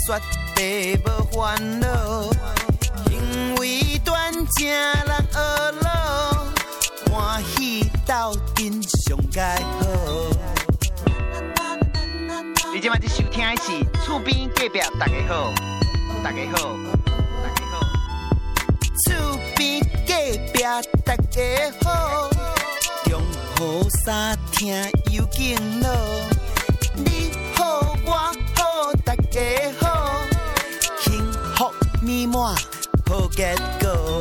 绝地无烦恼，行为端正人学老，欢喜斗阵上佳好。你今晚在收听的是厝边隔壁大家好，大家好，大家好，厝边隔壁大家好，中好三听有敬老，你好我好大家好，幸福美满好结果。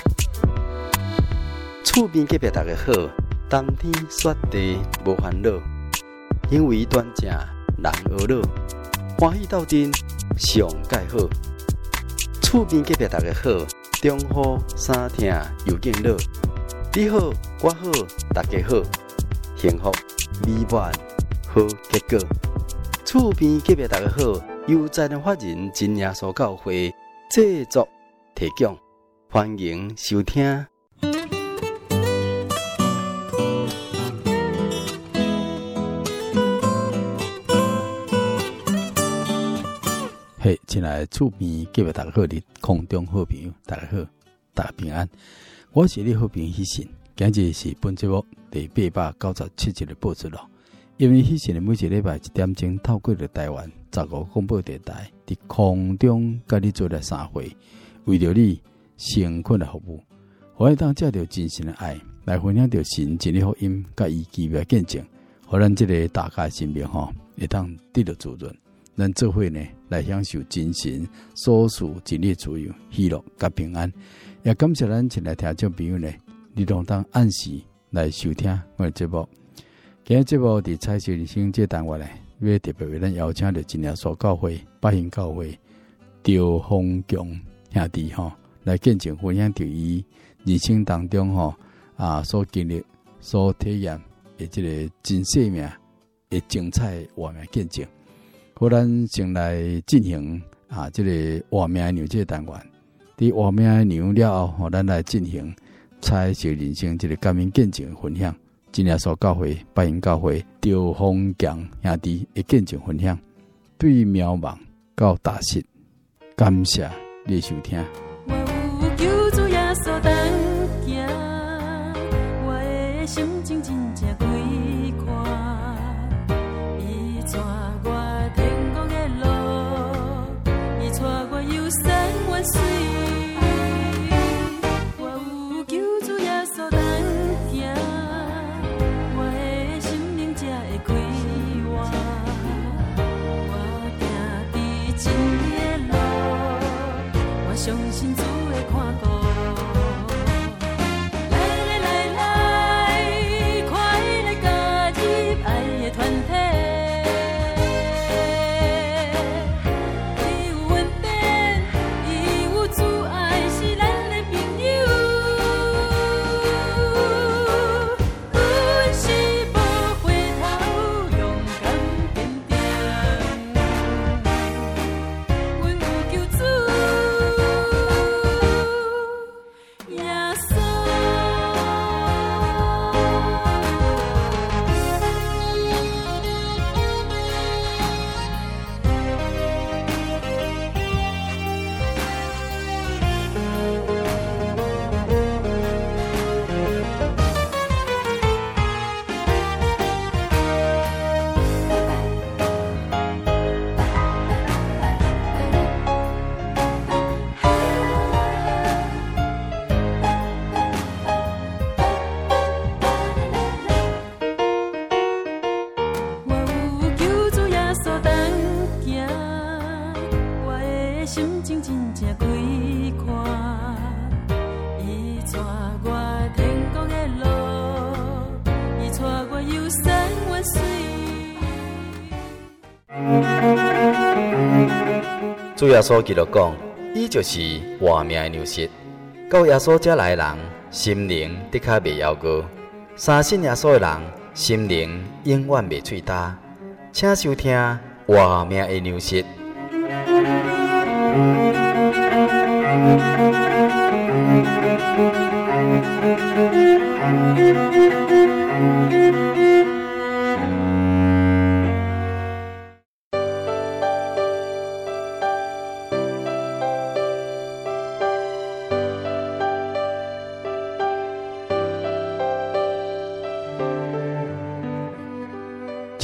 厝边隔壁大家好，冬天雪地无烦恼，行为端正人学老，欢喜斗阵上佳好。厝边隔壁大家好，中好三听又敬老，你好我好大家好，幸福美满好结果。厝边隔壁大家好，由在人法人真耶稣教会制作提供，欢迎收听。嘿，亲爱的厝边隔壁大家好，你空中好朋友大家好，大家平安。我是你好朋友喜信，今日是本节目第897集的播出咯。因为喜信的每一礼拜1点钟透过了台湾15广播电台，伫空中甲你做了3回，为着你诚恳的服务，我会当借着真心的爱来分享着神真理福音，甲伊奇妙见证，互咱这个大家生命会当得到滋润。咱做伙呢来享受真神所赐真理自由、喜乐甲平安。也感谢咱亲爱听众朋友呢，你拢当按时来收听我的节目。今日节目伫彩色人生这单元呢，要特别为咱邀请到真耶稣教会百兴教会赵丰强兄弟来见证分享着伊人生当中所经历、所体验的这个真生命的精彩画面见证。好，咱先来进行这个画面牛这个单元。伫画面牛了后，咱来进行彩色人生这个感恩见证分享。真耶稣教会百兴教会赵丰强兄弟的见证分享，对渺茫到大实，感谢你收听。 我有求主耶稣同行，我的心情真正开阔。伊带我天国的路，伊带我游山玩水。我有求主耶稣同行，我的心灵才会开活。我行伫真理的路，我相信主会看顾。 主耶稣基督讲，伊就是活命的粮食。到耶稣这来的人，心灵的确袂夭糕；相信耶稣的人，心灵永远袂脆焦。请收听活命的粮食。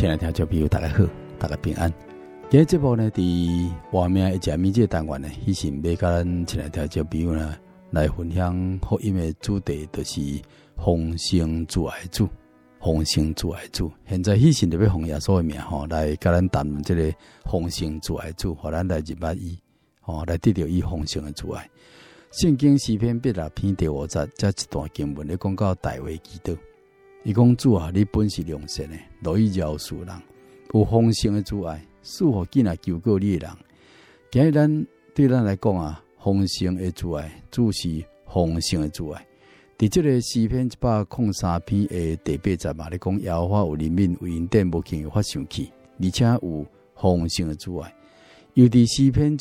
亲爱听众朋友，大家好，大家平安。今日节目呢，伫画面一只米这单元呢，迄是要甲咱亲爱听众朋友呢来分享福音的主题，就是丰盛主爱主，丰盛主爱主。现在迄是特别奉耶稣的名吼，来甲咱谈论这个丰盛主爱主，互咱来入捌伊，来得到伊丰盛的主爱。圣经诗篇106篇第5节，这一段经文咧讲到大卫祈祷。伊讲主啊，你本是良善的，乐意饶恕人，有丰盛的主爱，赐予囡仔求告你的人。今日咱对咱来讲啊，丰盛的主爱，主是丰盛的主爱。伫这个诗篇103篇的第8节嘛，咧讲耶和华有怜悯，有恩典，无轻易发生气，而且有丰盛的主爱。又伫诗篇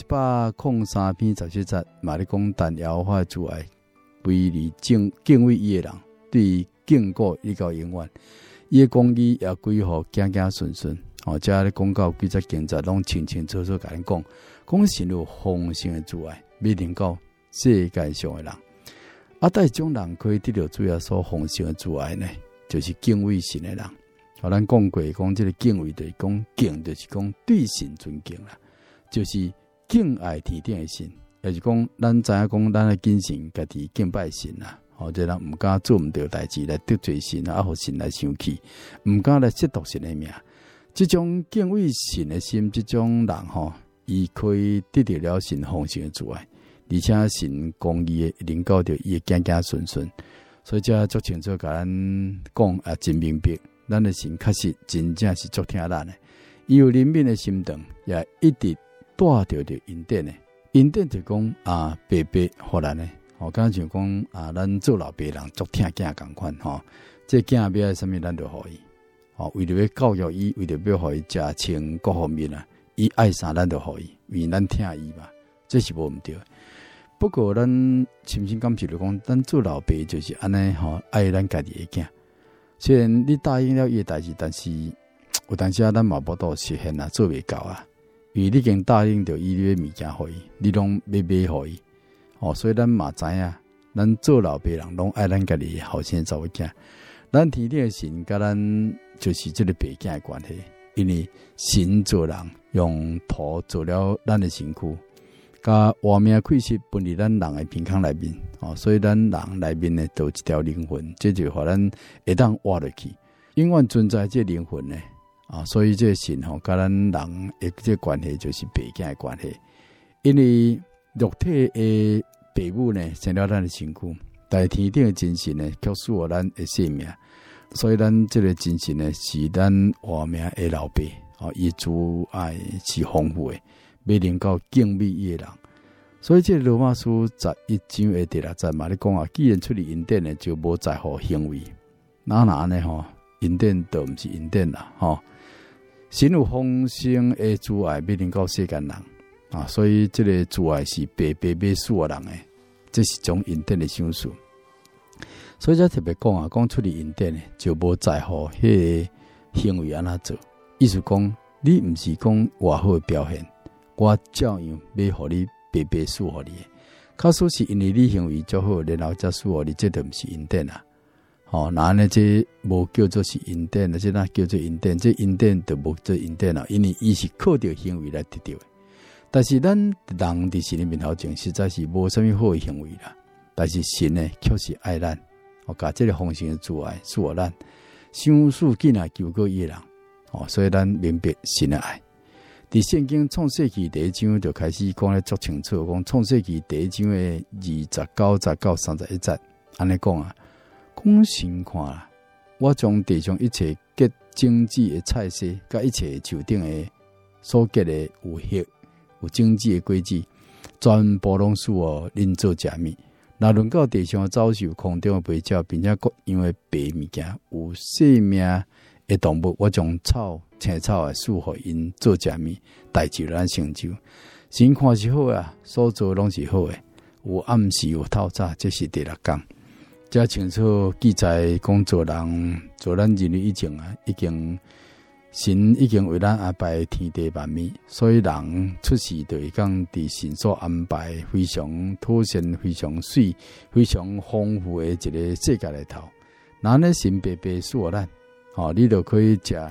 103篇17节嘛，咧讲但耶和华的主爱，为你敬畏伊的人，对敬过伊到永远，伊的公义也归乎行行顺顺。遮咧讲到几节经节，拢清清楚楚甲咱讲，讲神有丰盛的主爱，要领到世界上的人。但是种人可以得到主耶稣丰盛的主爱呢，就是敬畏神的人。咱讲过，讲这个敬畏就是讲敬，就是讲对神尊敬啦，就是敬爱天顶的神，也是讲咱知影讲咱的敬神，家己敬拜神啦。这人唔敢做唔对代志来得罪神啊，互神来生气，唔敢来亵渎神的名。这种敬畏神的心，这种人伊可以得到了神丰盛的主爱，而且神公义的领导着伊行行顺顺。所以这足清楚甲咱讲啊，真明白，咱的神确实真正是足听咱的，伊有怜悯的心肠，也一直带着恩典的。恩典就讲啊，白白互咱的。刚像讲啊，咱做老爸人足疼囝共款这囝要爱什么，咱就互伊。为了要教育伊，为了要互伊食穿各方面啊，伊爱啥咱就互伊，因为咱疼伊嘛，这是无毋对。不过咱深深感受就讲，咱做老爸就是安尼爱咱家己的囝。虽然你答应了伊的代志，但是有当时咱嘛无到实现啊，做袂到啊。因为你已经答应着伊你的物件互伊，你拢要买互伊。所以咱嘛知影，咱做老爸人拢爱咱家己后生查某囝。咱天顶的神甲咱就是这个爸囝的关系，因为神做人用土做了咱的身躯，甲活命气息分离咱人的鼻孔内面。所以咱人内面呢，都有一条灵魂，这就互咱会当活落去，永远存在这灵魂呢。所以这神甲咱人的这关系就是爸囝的关系，因为肉体的父母呢，生了咱的身躯，但天顶的真神呢，却赐予咱的生命。所以咱这个真神呢，是咱活命的老爸。伊主爱是丰富的，要能够敬畏伊的人。所以这罗马书11章的第6节嘛，咧讲啊，既然出于恩典呢，就无在乎行为。哪呢恩典就毋是恩典啦神有丰盛的主爱，要能够世间人。所以这个主爱是白白赐予人的，这是种恩典的享受。所以才特别讲出于恩典呢，就无在乎迄个行为安怎做。意思讲，你毋是讲偌好的表现，我照样要互你白白赐予你的。假使是因为你行为足好，然后才赐予你，这就毋是恩典啦。那安尼这无叫做是恩典，这哪叫做恩典？这恩典就无做恩典啦，因为伊是靠着行为来得到的。但是咱人伫神的面头前，实在是无啥物好的行为啦。但是神呢，却是爱咱，甲这个丰盛的主爱赐予咱，相似囡仔求告伊的人。所以咱明白神的爱。伫圣经创世纪第1章就开始讲得足清楚，讲创世纪第1章的29、19、31节，安尼讲啊，讲神看啦，我将地上一切结种子的菜色，甲一切树顶的所结的有叶有种子的果子，全部拢使我恁做食物。那论到地上的走兽、空中的飞鸟，并且各样的白物件，有生命的动物，我将草、青草的使互因做食物，代志咱成就。神看是好啊，所做拢是好的，有暗时有透早，这是第6天。这清楚记载讲做人做咱人类以前啊，神已经为咱安排天地万物，所以人出世就会讲伫神所安排非常妥善、非常水、非常丰富的一个世界里头。那呢，神白白赐予咱，你就可以食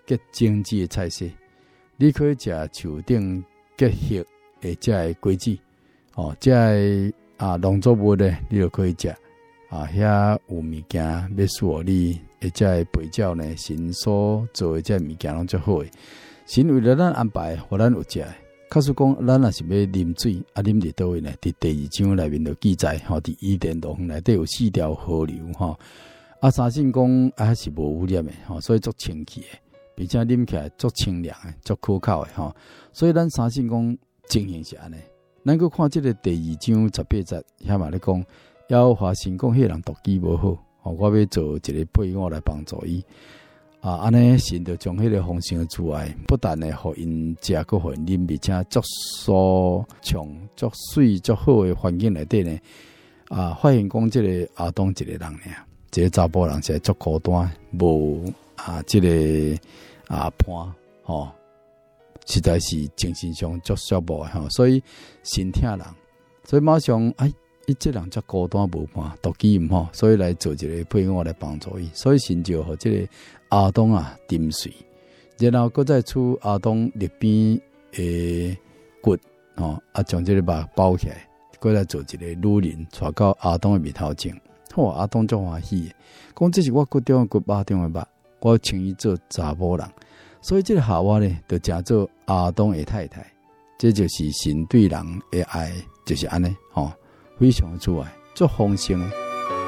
结精致的菜色，你可以食树顶结核的这个果子，这个农作物呢，你就可以食。遐有物件要属你，这个肥饺呢，神所做的这物件拢最好的。神为了咱安排，互咱有食的。假使讲，咱若是要啉水，啉伫倒位呢？伫第2章内面就记载，伫伊甸路内底有4条河流，相信讲还是无污染的，所以足清气的，并且啉起来足清凉的，足可口的，所以咱相信讲情形是安尼。咱去看这个第2章18节，遐嘛咧讲，要华神讲迄人毒机无好，我要做一个配偶来帮助伊。安尼神就将迄个丰盛的主爱，不但呢，互因食，佮互因啉，而且足舒畅、足水、足好的环境内底呢，发现讲即个亚当一个人呢，一个查甫人是足孤单，无即个伴，实在是精神上足寂寞的所以神疼人，所以马上伊这人足孤单无伴，毒机毋好，所以来做一个配偶来帮助伊，所以神就互即个亚当沉睡，然后搁再取亚当肋边的骨，将这个肉包起来，搁再做一个女人，带到亚当的面头前。亚当足欢喜的，讲这是我骨中的骨，肉中的肉，我请伊做查某人。所以这个夏娃呢，就成做亚当的太太。这就是神对人的爱，就是安尼，非常的主爱，足丰盛的。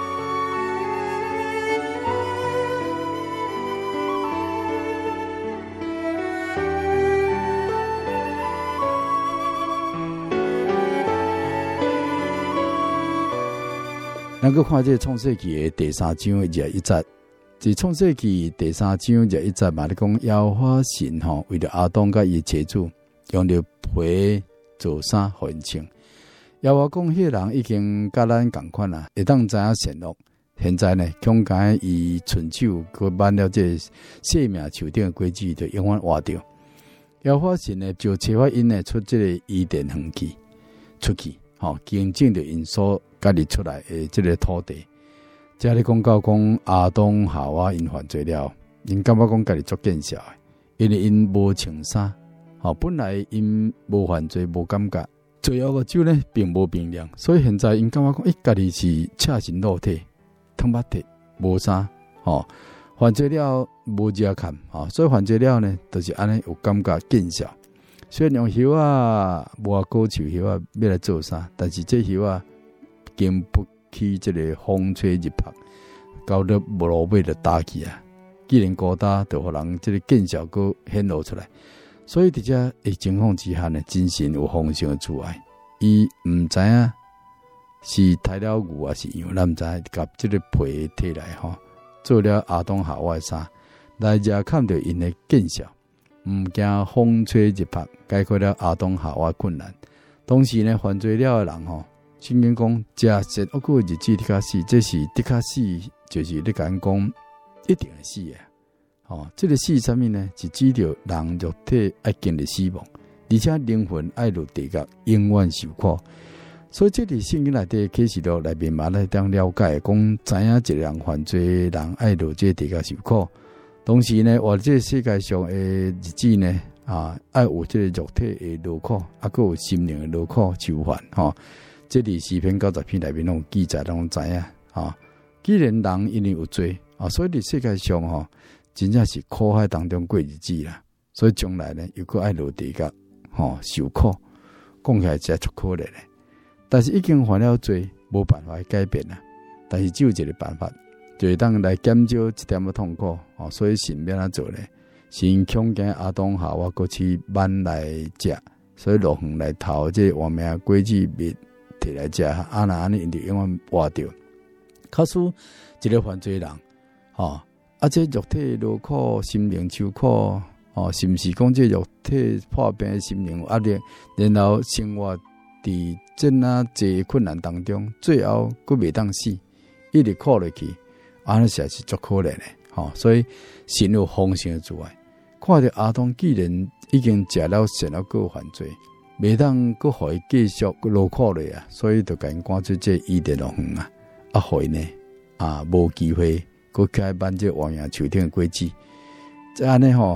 咱去看这创世纪的第3章的1节，在创世纪第3章1节嘛，咧讲耶和华神为了亚当甲伊妻子，用着皮做衫互因穿。耶和华讲，迄个人已经甲咱共款啦，会当知影善恶。现在呢，强解伊伸手去挽了这生命树顶的果子，就永远活着。耶和华神呢，就启发因呢出这个伊甸园去出去，见证着因所家己出来的这个土地。这里讲到讲亚当夏娃因犯罪了，因感觉讲家己足见笑的，因为因无穿衫，本来因无犯罪无感觉。最后个酒呢，并无冰凉，所以现在因感觉讲，家己是赤身裸体，汤巴体无衫，犯罪了无遮看，所以犯罪了呢，就是安尼有感觉见笑。虽然用叶无高树叶要来做啥，但是这叶经不起这个风吹日晒，搞得无路尾就打起啊！既然高大，就互人这个见笑个显露出来。所以伫遮的情况之下呢，真神有丰盛的主爱，伊毋知影是杀了牛还是羊，咱毋知甲即个皮摕来做了亚当夏娃的衫，来遮看到因的见笑，毋惊风吹日晒，解决了亚当夏娃困难。当时呢，犯罪了的人圣经讲，食善恶果的日子的确死，这是的确死，就是你讲一定会死的。这个死什么呢？是指着人肉体爱经历死亡，而且灵魂爱入地狱，永远受苦。所以这里圣经内底启示录内面嘛来当了解，讲知影一个人犯罪，人爱入这地狱受苦。同时呢，活这世界上的日子呢，爱有这个肉体的劳苦，还有心灵的劳苦受烦。这里诗篇90篇内面拢记载，拢知影。既然人因为有罪，所以伫世界上真正是苦海当中过日子啦，所以将来呢，又搁爱落地狱，受苦，讲起来真足可怜的。但是已经犯了罪，无办法改变啦。但是只有一个办法，就是当来减少一点的痛苦。所以神要怎做呢？神强惊亚当夏娃过去挽来食，所以落远来偷这活命果子蜜摕来食，那安尼因就永远活着。假使一个犯罪人，这肉体劳苦，心灵受苦，是毋是讲这肉体破病，心灵有压力，然后生活伫这济困难当中，最后佫袂当死，一直苦落去，安尼实在是足可怜的。所以神有丰盛的主爱，看到亚当既然已经食了善恶果犯罪，袂当佫互伊继续劳苦咧啊，所以就甲因赶出这伊甸园互伊呢无机会。佮开办这王爷树顶的果子，这安尼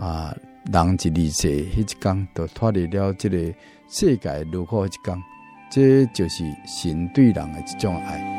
人一离世迄一天，就脱离了这个世界如何一天，这就是神对人的一种爱。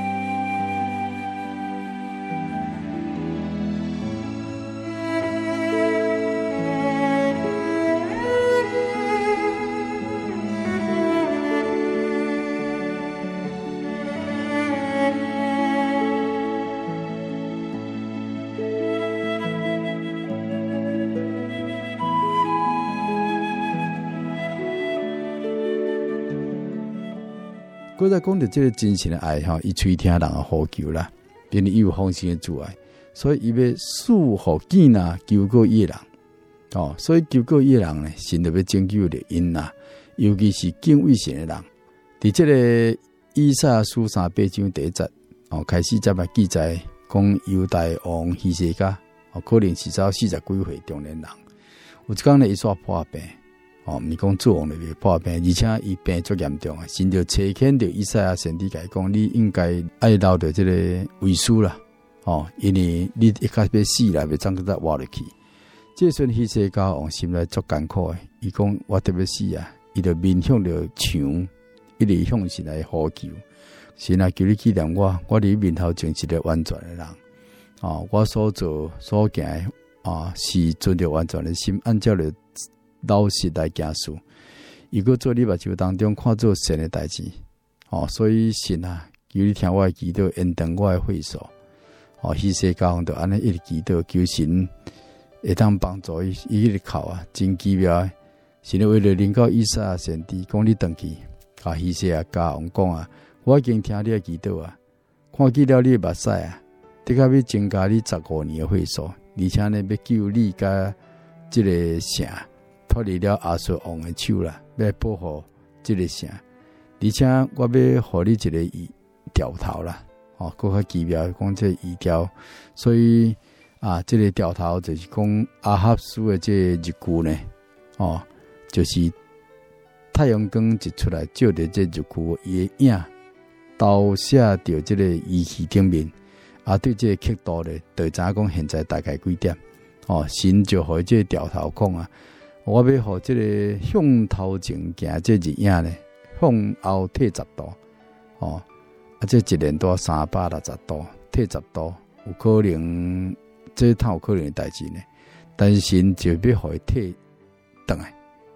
我在讲到这个真神的爱伊垂听人的呼求啦，并且伊有丰盛的主爱，所以伊要赐福囡仔救过伊的人。所以救过伊的人呢，神就要拯救的因啦，尤其是敬畏神的人。伫这个以赛亚书38章第1节，开始才记载讲犹大王希西家，可能是走40几岁中年人，有一天呢，伊煞破病。毋是讲做王就破病，而且伊病足严重啊！神就差遣着以赛亚先知讲，你应该爱留着这个遗书啦，因为你一开始要死啦，要怎个再活落去？这时希西家王心内足艰苦诶，伊讲我特别死啊！伊就面向着墙，一直向神来呼求，神啊，求你纪念我，我伫面头前是一个完全诶人，我所做所行是存着完全诶心，按照着老实来行事，如果做你目睭当中看做神的代志，所以神啊，求你听我的祈祷，延长我的岁数。希西家王就安尼一直祈祷，求神会当帮助伊一直哭啊，真奇妙。神为了临到以赛亚先知，讲你回去，希西家王讲啊，我已经听你的祈祷啊，看见了你的目屎啊，的确要增加你15年的岁数，而且呢，要救你甲这个城脱离了亚述王的手啦，要保护这个城，而且我要给你一个掉头啦，更较奇妙讲这个移调，所以这个掉头就是讲阿哈书的这个日句呢，就是太阳光一出来照着这日句伊的影，投射到这个仪器顶面，对这个刻度呢，就知影讲现在大概几点，神就互这个掉头讲啊。我要互这个向头前行这日影呢，向后退10度，这一年多360度，退10度，有可能这有可能的代志呢。但是神就要互伊退回来，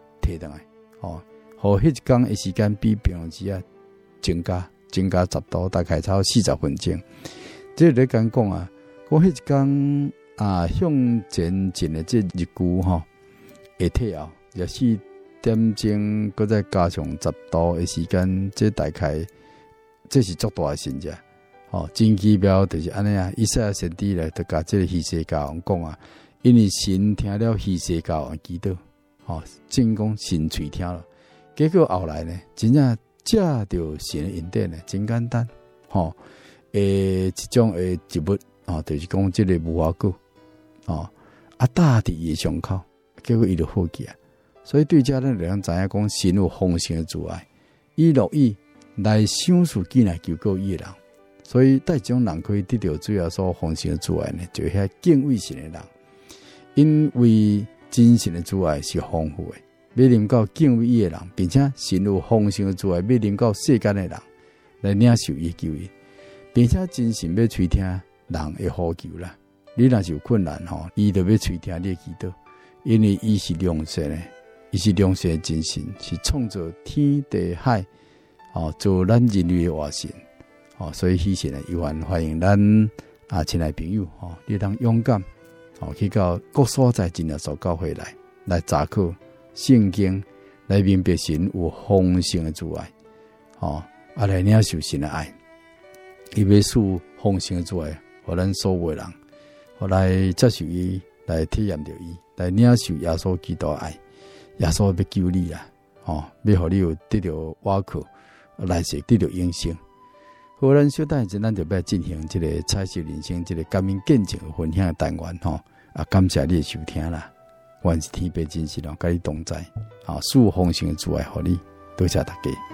互迄一天的时间比平常时增加10度，大概超40分钟。这咧讲啊，讲迄一天向前进的这日句会退后，24点钟，搁再加上10度的时间，这大概这是足大的神迹。真奇妙就是安尼啊！以赛亚先知来就甲这个希西家王讲啊，因为神听了希西家王祈祷，正讲神垂听了。结果后来呢，真正借着神的恩典呢，真简单，一种的植物就是讲这个无花果，打伫伊伤口。结果伊就好起啊，所以对家人来讲，知影讲神有丰盛的主爱，伊乐意来享受囡仔救过伊的人，所以带种人可以得到主要所丰盛的主爱呢，就遐敬畏神的人，因为真神的主爱是丰富的，要能够敬畏伊的人，并且神有丰盛的主爱，要能够世间的人来领受伊救伊，并且真神要垂听人的呼求啦。你若是有困难伊就要垂听你的祈祷。因为伊是良善的，伊是良善的真神，是创造天地海，做咱人类的活神，所以希神呢，欢迎咱亲爱朋友，你当勇敢，去到各所在真的所教会来查考圣经，来明白神有丰盛的主爱，来领受神的爱，伊要赐丰盛的主爱，互咱所有的人，互来接受伊，来体验着伊。来领受耶稣基督的爱，耶稣要救你啦，要互你有得到瓦靠，来世得到永生。好，咱小等一阵，咱就要进行这个彩色人生这个感恩见证的分享的单元感谢你的收听啦，愿是天父真实甲你同在，赐丰盛的主爱互你，多谢大家。